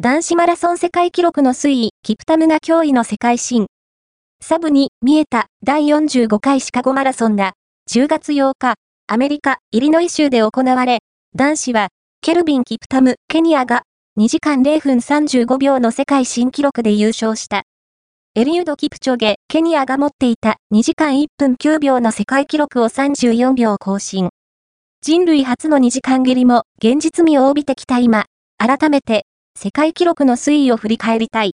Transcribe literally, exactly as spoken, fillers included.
男子マラソン世界記録の推移、キプタムが驚異の世界新。サブに見えただいよんじゅうごかいシカゴマラソンがじゅうがつようか、アメリカ・イリノイ州で行われ、男子はケルビン・キプタム、ケニアがにじかんれいふんさんじゅうごびょうの世界新記録で優勝した。エリウド・キプチョゲ、ケニアが持っていたにじかんいっぷんきゅうびょうの世界記録をさんじゅうよんびょう更新。人類初のにじかん切りも現実味を帯びてきた今、改めて世界記録の推移を振り返りたい。